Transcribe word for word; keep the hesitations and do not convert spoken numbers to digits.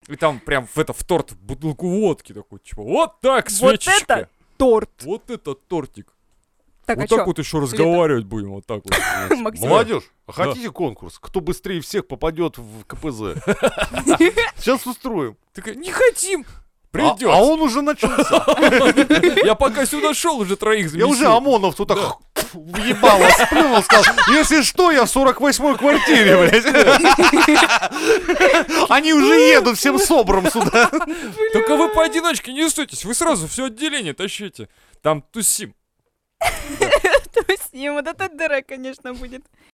И там прям в это, в торт бутылку водки такой, типа, вот так, Вот свечечка. это торт. Вот это тортик. Так, вот а так чё? вот еще разговаривать будем, вот так вот. Максим. Молодежь, а хотите конкурс? Кто быстрее всех попадет в ка пэ зэ? Сейчас устроим. Такая, не хотим. А, Придет. а он уже начался. Я пока сюда шел, уже троих Я замесил. уже ОМОНов тут так въебало сплюнул, сказал, если что, я в сорок восьмой квартире, блядь. Они уже едут всем собром сюда. Только вы поодиночке не суйтесь, вы сразу все отделение тащите. Там тусим. То с ним вот эта дыра, конечно, будет.